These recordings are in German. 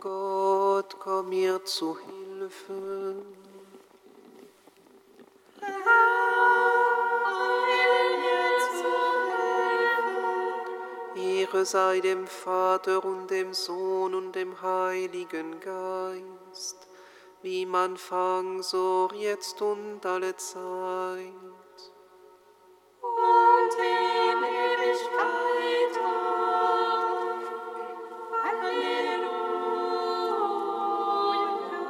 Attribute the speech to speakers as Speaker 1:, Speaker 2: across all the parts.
Speaker 1: Gott, komm mir zu Hilfe. Ehre sei dem Vater und dem Sohn und dem Heiligen Geist, wie im Anfang, so jetzt und alle Zeit.
Speaker 2: Und in Ewigkeit. Halleluja.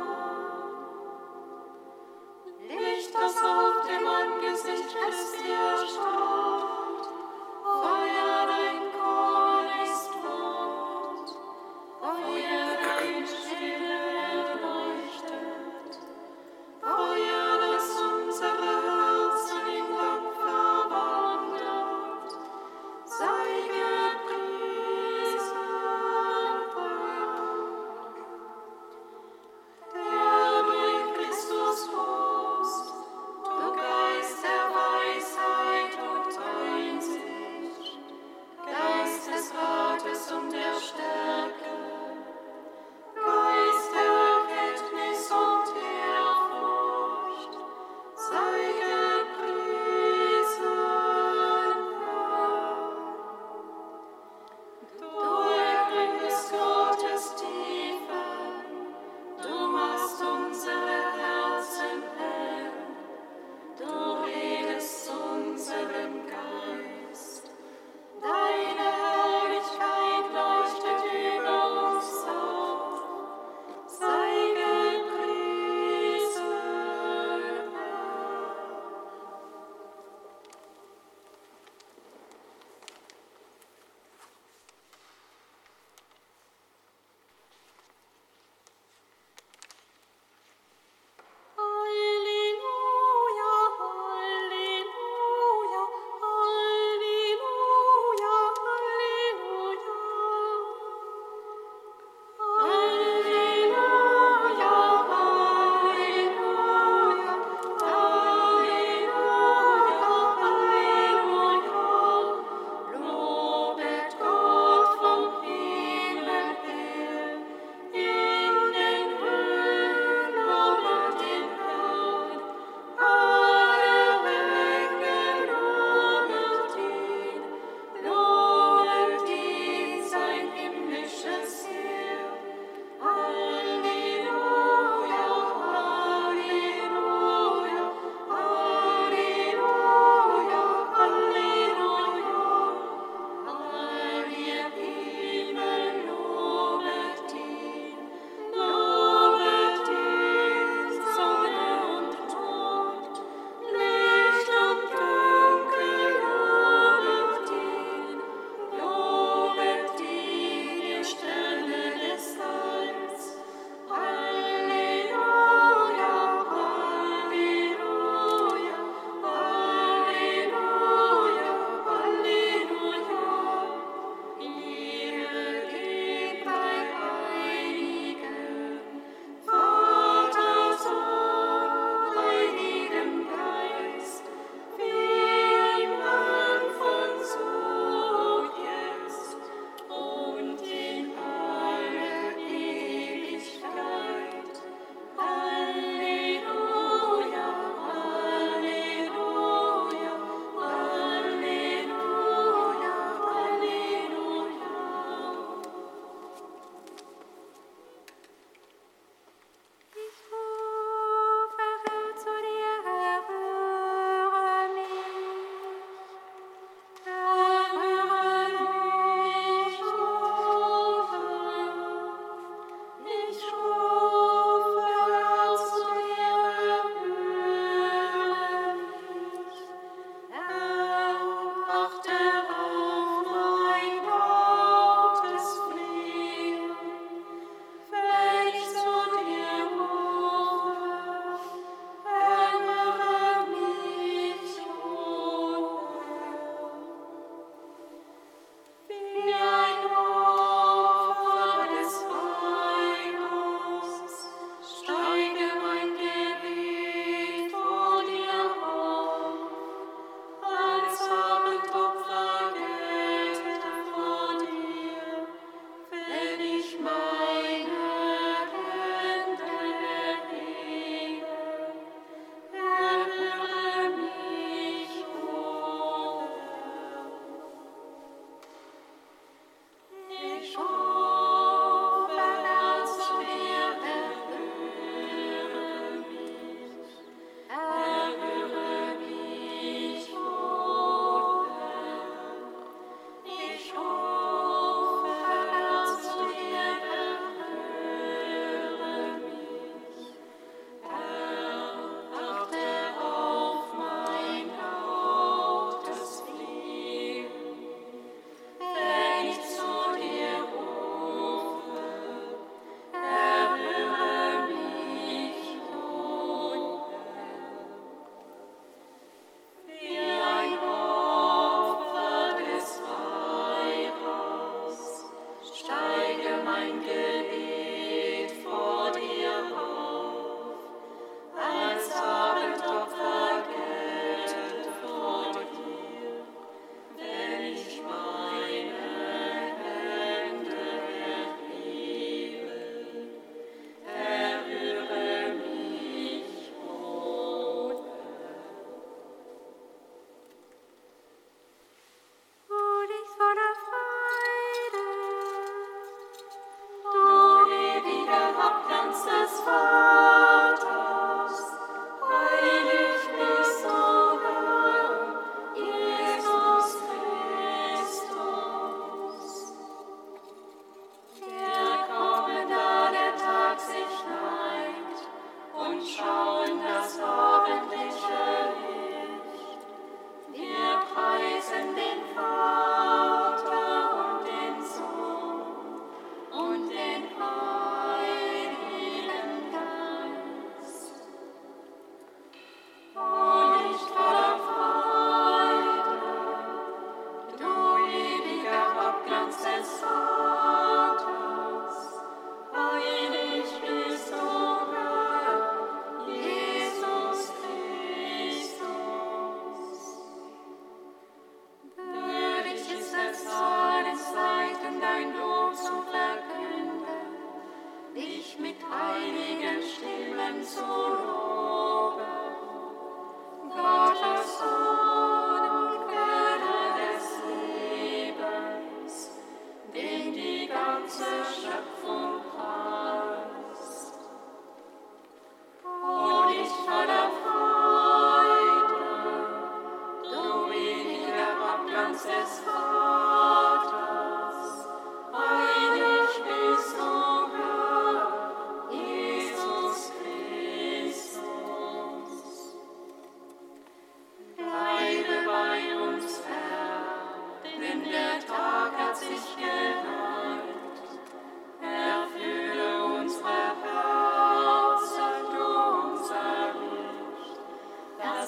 Speaker 2: Licht, das auf dem Angesicht Christi erstrahlt, Feuer, dein Korn ist Wort, Feuer, dein Stille leuchtet, Feuer, das unsere Herzen in Dank verwandelt, sei gepriesen, der durch Christus wohnst, du Geist der Weisheit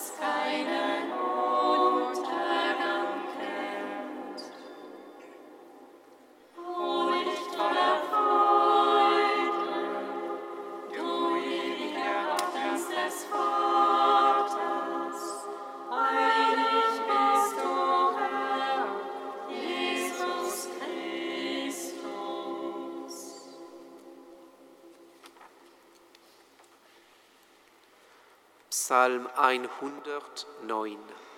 Speaker 2: das keinen Untergang kennt. O Licht voller Freude, du ewiger Gott des Vaters, heilig bist du, Herr, Jesus Christus.
Speaker 1: Psalm 109.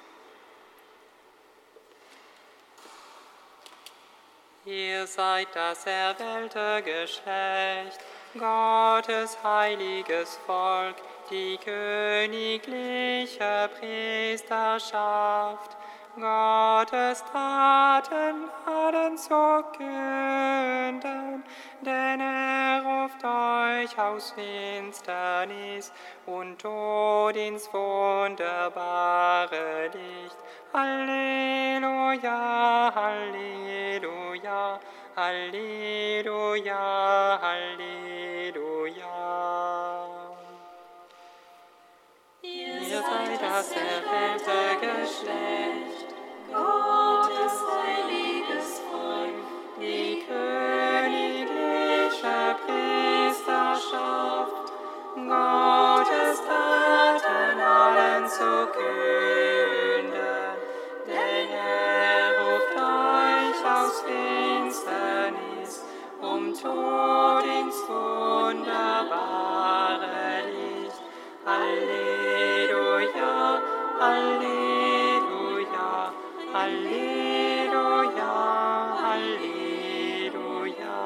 Speaker 3: Ihr seid das erwählte Geschlecht, Gottes heiliges Volk, die königliche Priesterschaft, Gottes Taten allen zu künden, denn er ruft euch aus Finsternis und Tod ins wunderbare Licht. Halleluja, Halleluja, Halleluja, Halleluja.
Speaker 2: Ihr seid das erwählte Geschlecht, Gottes heiliges Volk,
Speaker 3: Die königliche Priesterschaft, Gottes Taten allen zu künden, denn er ruft euch aus Finsternis, Tod ins wunderbare Licht. Halleluja, Halleluja, Halleluja, Halleluja.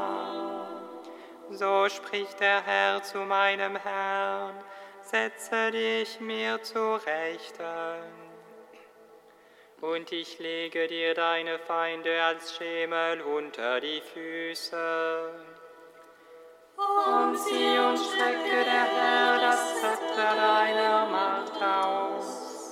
Speaker 3: So spricht der Herr zu meinem Herrn: Setze dich mir zu Rechten. Und ich lege dir deine Feinde als Schemel unter die Füße.
Speaker 2: Und sieh und strecke der Herr das
Speaker 3: Zepter deiner Macht aus.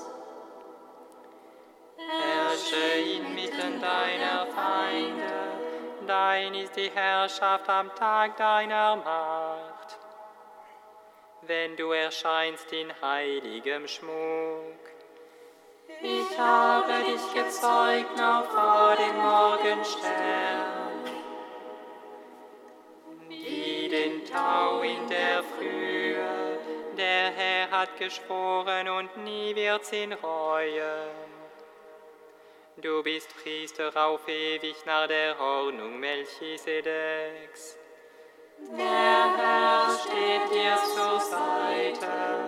Speaker 3: Herrsche inmitten deiner Feinde, dein ist die Herrschaft am Tag deiner Macht. Wenn du erscheinst in heiligem Schmuck,
Speaker 2: Ich habe dich gezeugt noch vor dem Morgenstern.
Speaker 3: wie den Tau in der Frühe, der Herr hat geschworen und nie wird's ihn reuen. Du bist Priester auf ewig nach der Ordnung Melchisedeks.
Speaker 2: Der Herr steht dir zur Seite.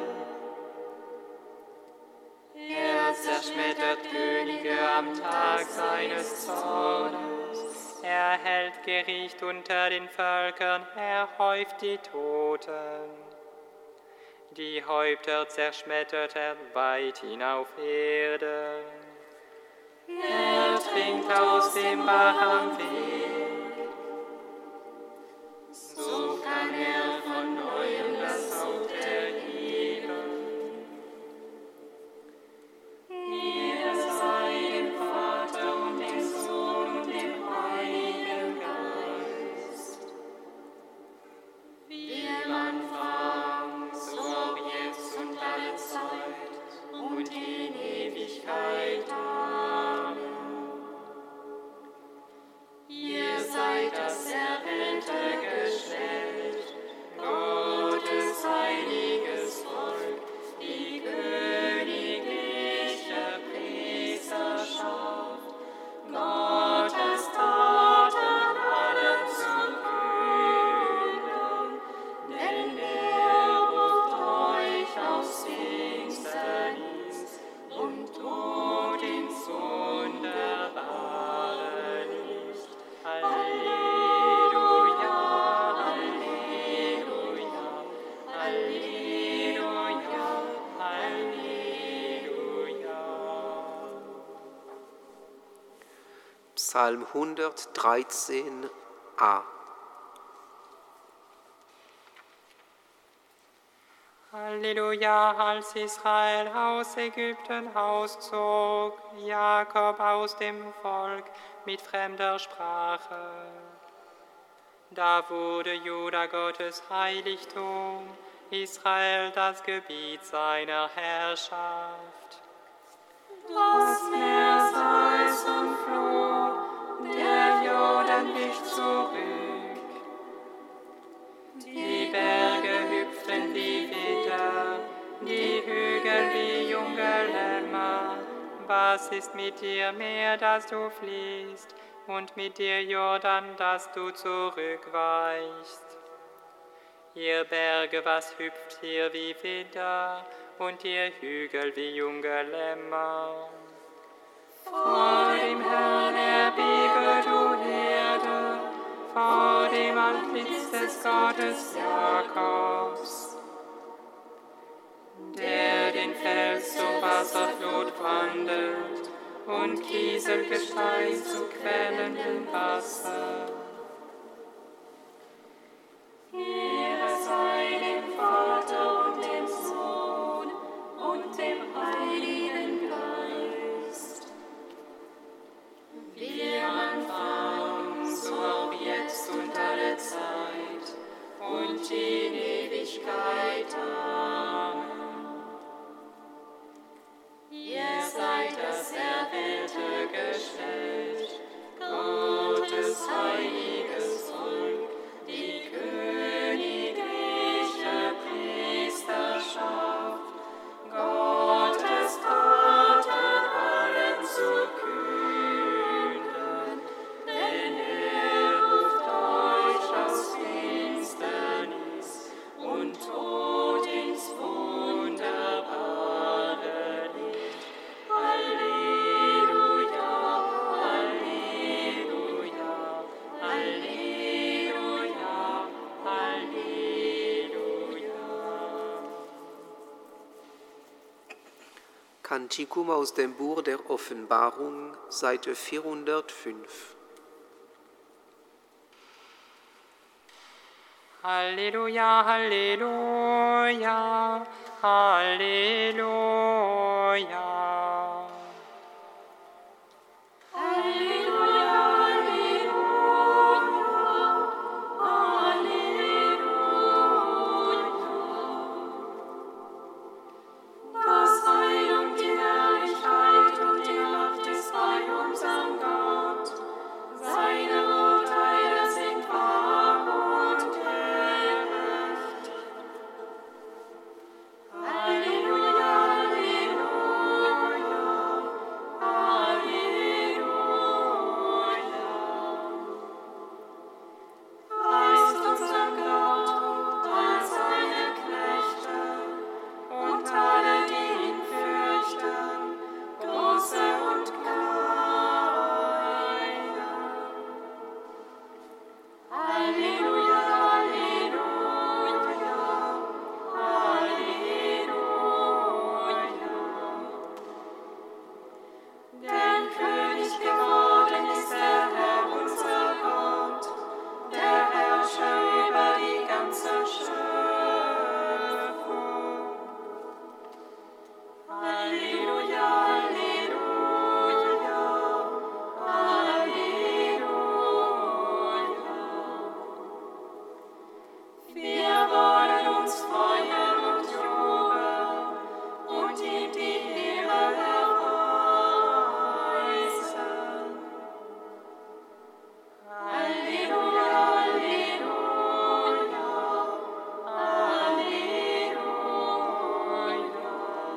Speaker 3: Er zerschmettert Könige am Tag seines Zornes. Er hält Gericht unter den Völkern, er häuft die Toten. Die Häupter zerschmettert er weit hinauf Erde.
Speaker 2: Er trinkt aus dem Bach am Weg. So kann er von neuem das Haupt erheben. Ehre sei dem Vater und dem Sohn und dem Heiligen Geist. Wie im Anfang, so auch jetzt und alle Zeit und in Ewigkeit. Amen. Ihr seid das erwählte Geschlecht, Gottes heiliges Volk, die königliche Priesterschaft, Gottes Taten allen zu künden, denn er ruft euch aus Finsternis und Tod ins wunderbare Licht.
Speaker 3: Halleluja, Halleluja, Halleluja, Halleluja.
Speaker 1: Psalm 113a.
Speaker 3: Halleluja, als Israel aus Ägypten auszog, Jakob aus dem Volk mit fremder Sprache. Da wurde Juda Gottes Heiligtum, Israel das Gebiet seiner Herrschaft. Das Meer Salz und floh, der Jordan wich zurück. Die Berge hüpften wie Widder, die Hügel wie junge Lämmer. Was ist mit dir, Meer, dass du fließt, und mit dir, Jordan, dass du zurückweichst? Ihr Berge, was hüpft hier wie Widder, und ihr Hügel wie junge Lämmer? Vor dem Herrn erbebe, du Herde, vor dem Antlitz des Gottes Jakobs, der den Fels zur Wasserflut wandelt und Kieselgestein zu quellendem Wasser.
Speaker 2: Ehre sei dem Vater und dem Sohn und dem Heiligen Geist, wie am Anfang, so auch jetzt und alle Zeit und in Ewigkeit. Amen. Ihr seid das erwählte Geschlecht, Gottes heiliges Volk, die königliche Priesterschaft, Gottes Taten allen zu künden, denn ruft euch aus Finsternis und Tod ins wunderbare Licht. Halleluja, Halleluja, Halleluja, Halleluja.
Speaker 1: Kantikum aus dem Buch der Offenbarung, Seite 405.
Speaker 3: Halleluja, Halleluja, Halleluja.
Speaker 2: Das Heil und die Herrlichkeit und die Macht ist bei unserem Gott. Seine Urteile sind wahr und gerecht. Halleluja, Halleluja, Halleluja. Preist unseren Gott, all seine Knechte und alle, die ihn fürchten, große und kleine. Halleluja, Halleluja, Halleluja. Denn König geworden ist der Herr unser Gott, der Herrscher über die ganze Schöpfung. Halleluja, Halleluja, Halleluja. Wir wollen uns freuen und jubeln und ihm die Ehre erweisen. Halleluja, Halleluja, Halleluja.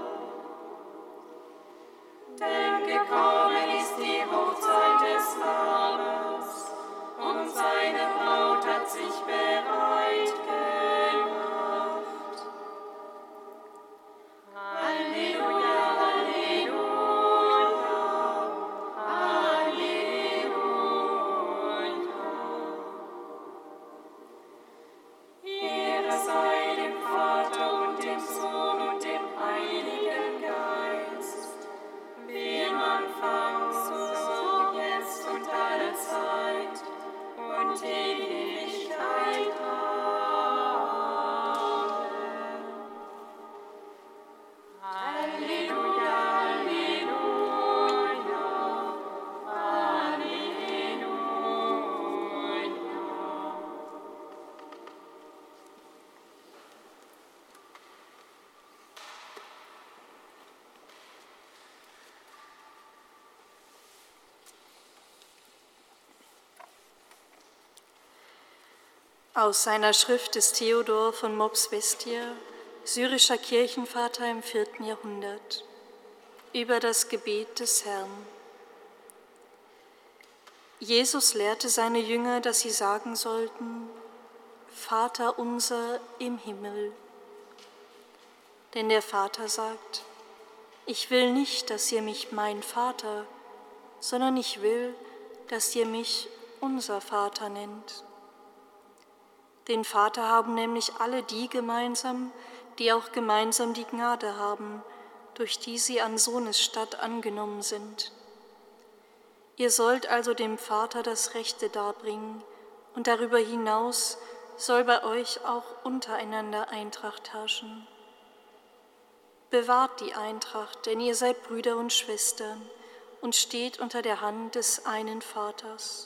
Speaker 2: Denn gekommen ist die Hochzeit des Lammes, und seine Braut hat sich bereit gemacht. Halleluja, Halleluja, Halleluja. Ehre sei dem Vater und dem Sohn und dem Heiligen Geist, wie im Anfang, so jetzt und alle Zeit und in Ewigkeit. Amen. Halleluja, Halleluja, Halleluja.
Speaker 4: Aus seiner Schrift des Theodor von Mopsvestia, syrischer Kirchenvater im 4. Jahrhundert, über das Gebet des Herrn. Jesus lehrte seine Jünger, dass sie sagen sollten: Vater unser im Himmel. Denn der Vater sagt: Ich will nicht, dass ihr mich mein Vater, sondern ich will, dass ihr mich unser Vater nennt. Den Vater haben nämlich alle die gemeinsam, die auch gemeinsam die Gnade haben, durch die sie an Sohnes statt angenommen sind. Ihr sollt also dem Vater das Rechte darbringen, und darüber hinaus soll bei euch auch untereinander Eintracht herrschen. Bewahrt die Eintracht, denn ihr seid Brüder und Schwestern und steht unter der Hand des einen Vaters.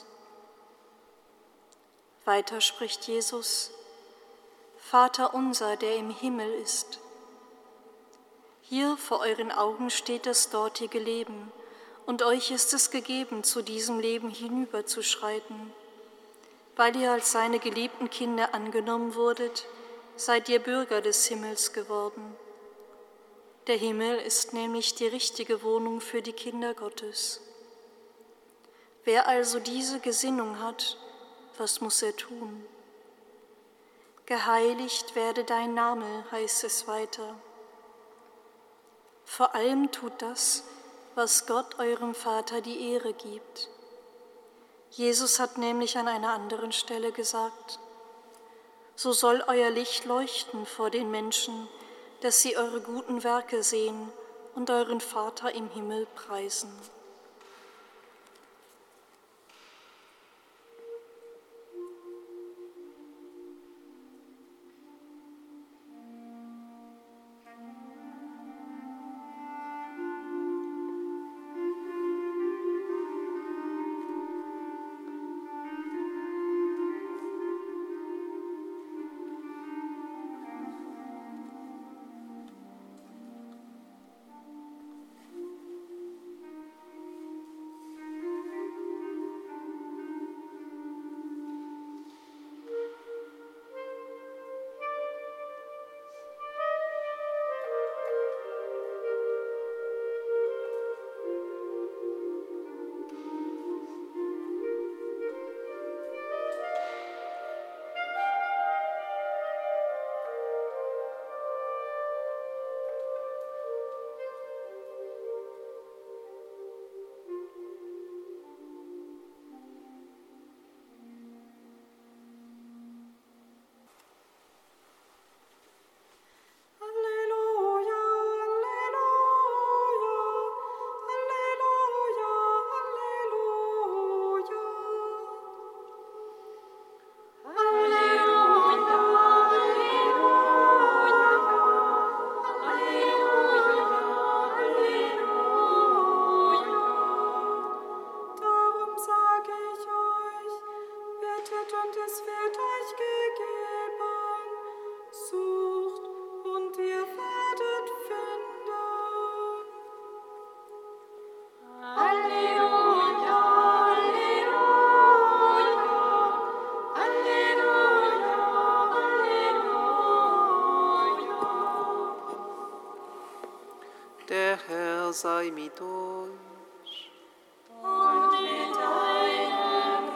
Speaker 4: Weiter spricht Jesus: Vater unser, der im Himmel ist. Hier vor euren Augen steht das dortige Leben, und euch ist es gegeben, zu diesem Leben hinüberzuschreiten. Weil ihr als seine geliebten Kinder angenommen wurdet, seid ihr Bürger des Himmels geworden. Der Himmel ist nämlich die richtige Wohnung für die Kinder Gottes. Wer also diese Gesinnung hat, was muss er tun? Geheiligt werde dein Name, heißt es weiter. Vor allem tut das, was Gott eurem Vater die Ehre gibt. Jesus hat nämlich an einer anderen Stelle gesagt: So soll euer Licht leuchten vor den Menschen, dass sie eure guten Werke sehen und euren Vater im Himmel preisen.
Speaker 1: Sei mit euch.
Speaker 2: Und mit deinem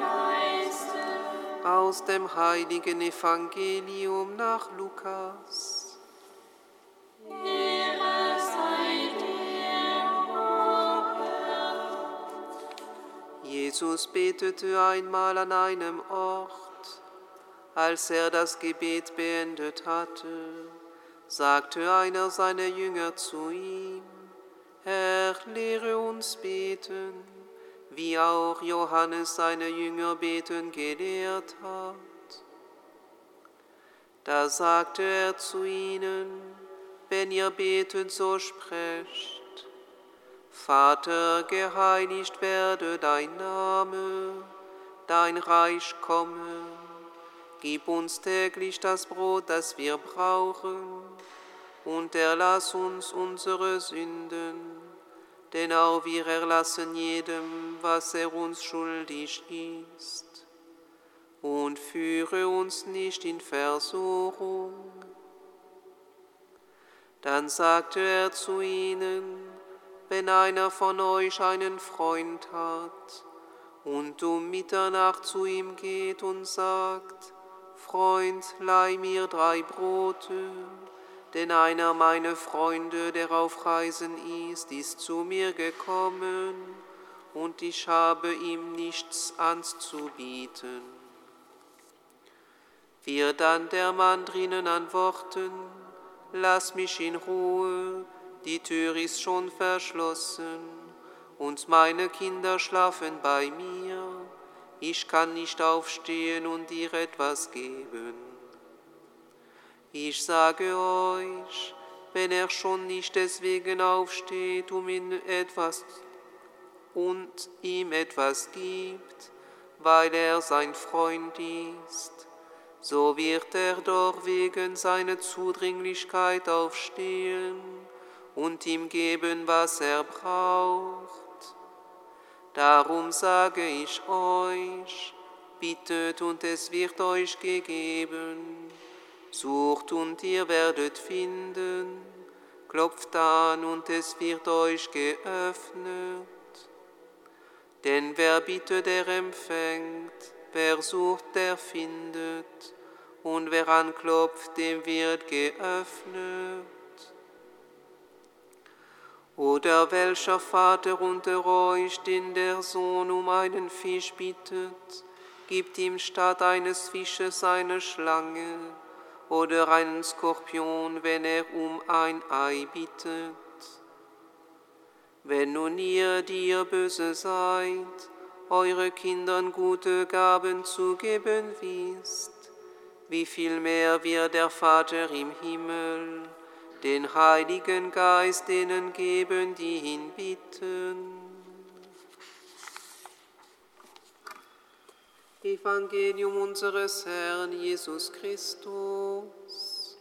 Speaker 2: Geiste.
Speaker 1: Aus dem heiligen Evangelium nach Lukas.
Speaker 2: Ehre sei dir, o Herr.
Speaker 1: Jesus betete einmal an einem Ort. Als er das Gebet beendet hatte, sagte einer seiner Jünger zu ihm: Herr, lehre uns beten, wie auch Johannes seine Jünger beten gelehrt hat. Da sagte er zu ihnen: Wenn ihr betet, so sprecht: Vater, geheiligt werde dein Name, dein Reich komme, gib uns täglich das Brot, das wir brauchen, und erlass uns unsere Sünden, denn auch wir erlassen jedem, was er uns schuldig ist. und führe uns nicht in Versuchung. Dann sagte er zu ihnen: Wenn einer von euch einen Freund hat und um Mitternacht zu ihm geht und sagt: Freund, leih mir 3 Brote, denn einer meiner Freunde, der auf Reisen ist zu mir gekommen, und ich habe ihm nichts anzubieten. Wird dann der Mann drinnen antworten: Lass mich in Ruhe, die Tür ist schon verschlossen, und meine Kinder schlafen bei mir, ich kann nicht aufstehen und dir etwas geben. Ich sage euch, wenn er schon nicht deswegen aufsteht, ihm etwas gibt, weil er sein Freund ist, so wird er doch wegen seiner Zudringlichkeit aufstehen und ihm geben, was er braucht. Darum sage ich euch, bittet und es wird euch gegeben, sucht und ihr werdet finden, klopft an und es wird euch geöffnet. Denn wer bittet, der empfängt, wer sucht, der findet, und wer anklopft, dem wird geöffnet. Oder welcher Vater unter euch, den der Sohn um einen Fisch bittet, gibt ihm statt eines Fisches eine Schlange, oder einen Skorpion, wenn er um ein Ei bittet? Wenn nun ihr, die ihr böse seid, eure Kindern gute Gaben zu geben wisst, wie viel mehr wird der Vater im Himmel den Heiligen Geist denen geben, die ihn bitten. Evangelium unseres Herrn Jesus Christus.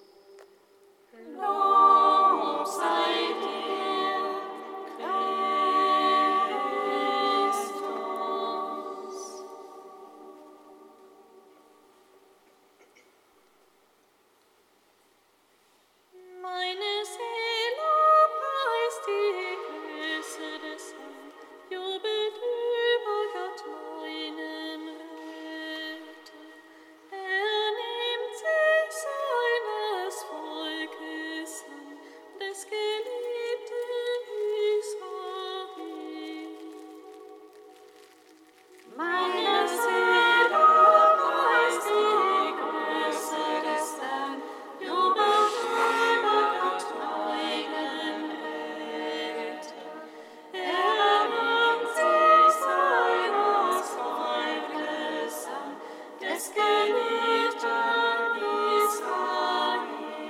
Speaker 2: Lob sei dir, Christus. Meine Seele preist die Größe des Herrn, jubelt über Gott meinen Retter. Er nimmt sich seines Volkes an, des geliebten Israel. Meine Seele preist die Größe des Herrn, jubelt über Gott meinen Retter. Er nimmt sich seines Volkes an, des geliebten Israel.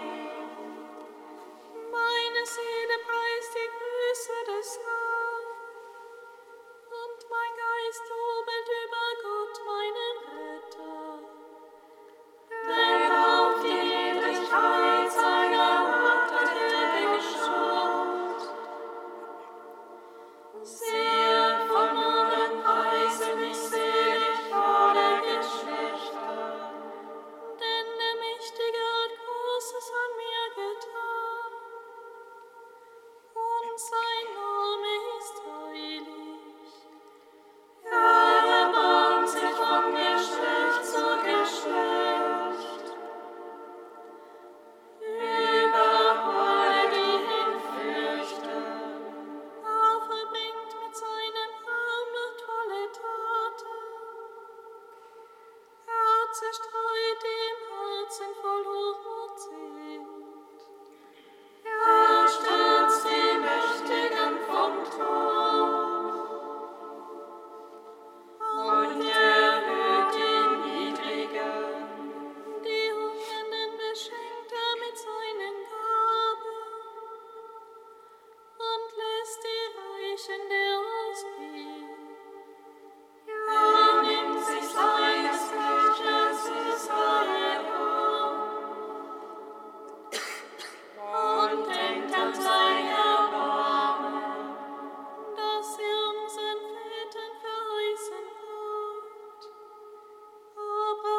Speaker 2: Meine Seele preist die Größe des Herrn, und mein Geist jubelt über Gott, meinen Retter. Denn auf die Ewigkeit seiner Macht hat er geschaut. Siehe, von allen preise mich selig alle Geschlechter, denn der Mächtige hat Großes an mir getan, und sein Name ist heilig. Er erbarmt sich von Geschlecht zu Geschlecht über alle, die ihn fürchten. Er vollbringt mit seinem Arm machtvolle Taten. Er zerstreut die im Herzen voll Hochmut sind. Er stürzt die Mächtigen vom Thron und erhöht die Niedrigen. Die Hungernden beschenkt er mit seinen Gaben und lässt die Reichen der ausgehen. Er nimmt sich seines Knechtes Israel an und denkt an sein Erbarmen, das er unseren Vätern verheißen hat,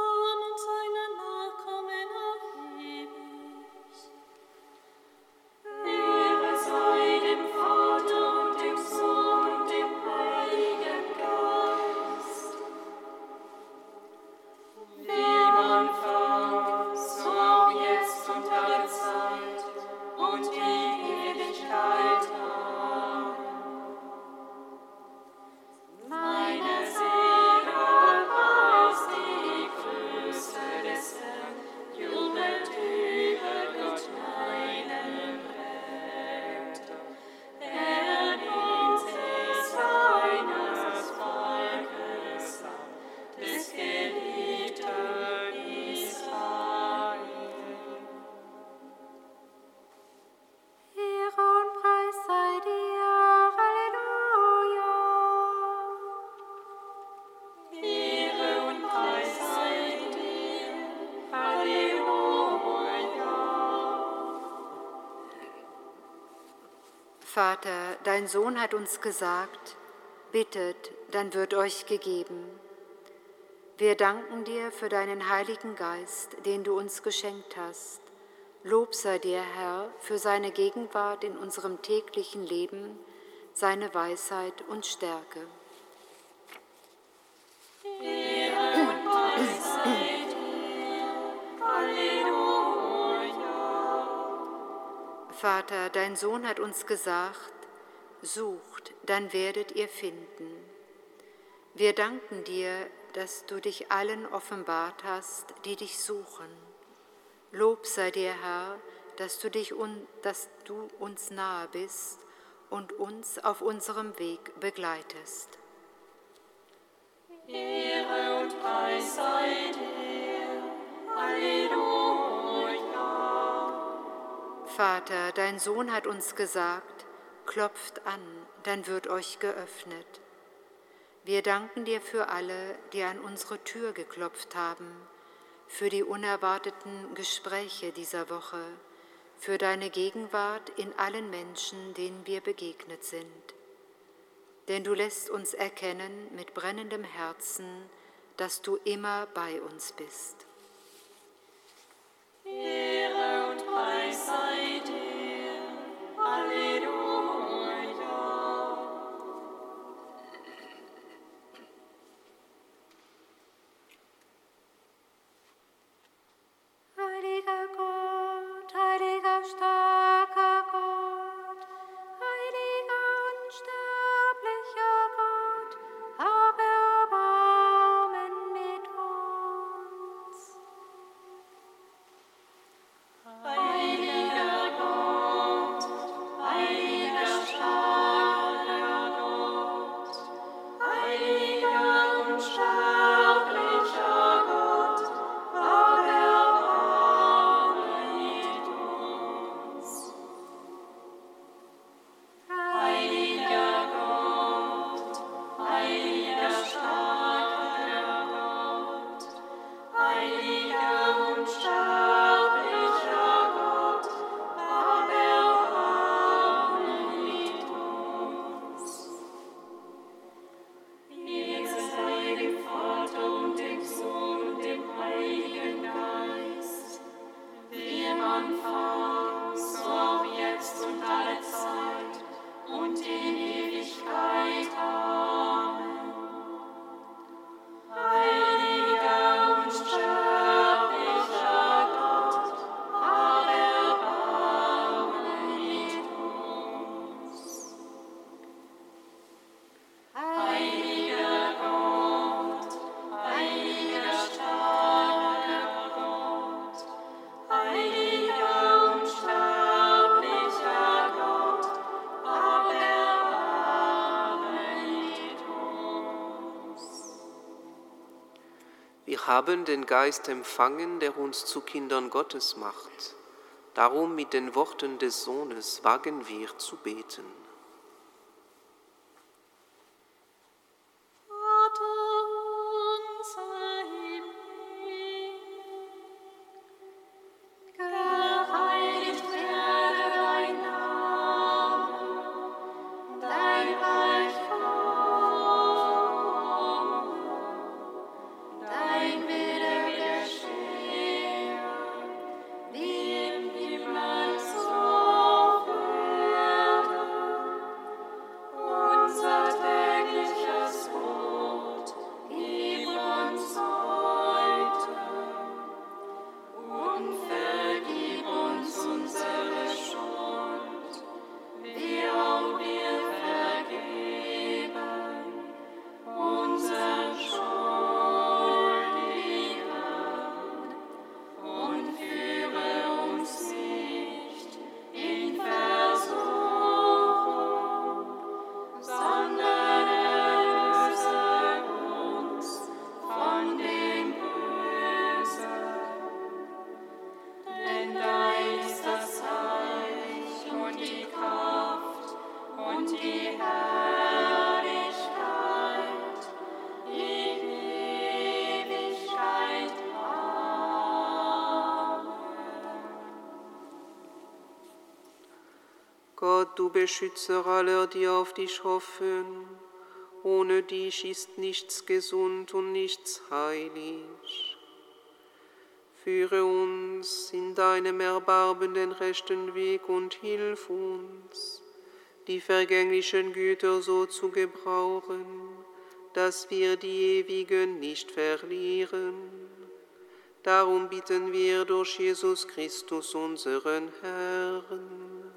Speaker 5: Vater, dein Sohn hat uns gesagt, bittet, dann wird euch gegeben. Wir danken dir für deinen Heiligen Geist, den du uns geschenkt hast. Lob sei dir, Herr, für seine Gegenwart in unserem täglichen Leben, seine Weisheit und Stärke.
Speaker 2: Ehre und Preis sei dir. Halleluja.
Speaker 5: Vater, dein Sohn hat uns gesagt, sucht, dann werdet ihr finden. Wir danken dir, dass du dich allen offenbart hast, die dich suchen. Lob sei dir, Herr, dass du uns nahe bist und uns auf unserem Weg begleitest.
Speaker 2: Ehre und Preis sei dir. Halleluja.
Speaker 5: Vater, dein Sohn hat uns gesagt, klopft an, dann wird euch geöffnet. Wir danken dir für alle, die an unsere Tür geklopft haben, für die unerwarteten Gespräche dieser Woche, für deine Gegenwart in allen Menschen, denen wir begegnet sind. Denn du lässt uns erkennen mit brennendem Herzen, dass du immer bei uns bist.
Speaker 2: Ehre und Preis sei dir. Halleluja.
Speaker 5: Heiliger Gott, heiliger starker Gott, heiliger unsterblicher Gott, habe Erbarmen mit uns.
Speaker 2: Heiliger Gott, heiliger starker Gott, heiliger unsterblicher Gott, habe Erbarmen mit uns. Heiliger Gott, heiliger starker Gott, heiliger unsterblicher Gott, habe Erbarmen mit uns. Ehre sei dem Vater und dem Sohn und dem Heiligen Geist, wie im Anfang, so auch jetzt und alle Zeit und in Ewigkeit. Amen. Heiliger unsterblicher Gott, habe Erbarmen mit uns. Heiliger Gott, heiliger starker Gott, heiliger unsterblicher Gott, habe Erbarmen mit uns.
Speaker 1: Wir haben den Geist empfangen, der uns zu Kindern Gottes macht. Darum mit den Worten des Sohnes wagen wir zu beten.
Speaker 2: Vater unser im Himmel, geheiligt werde dein Name, dein Reich komme, dein Wille geschehe, wie im Himmel so auf Erden.
Speaker 1: Beschützer aller, die auf dich hoffen. Ohne dich ist nichts gesund und nichts heilig. Führe uns in deinem Erbarmen den rechten Weg und hilf uns, die vergänglichen Güter so zu gebrauchen, dass wir die ewigen nicht verlieren. Darum bitten wir durch Jesus Christus, unseren Herrn.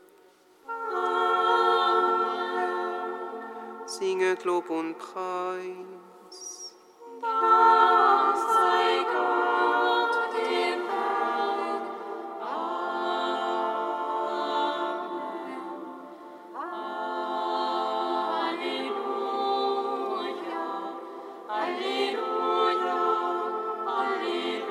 Speaker 1: Amen. Singet Lob und Preis.
Speaker 2: Dank sei Gott, dem Herrn. Amen. Halleluja, Halleluja, Halleluja.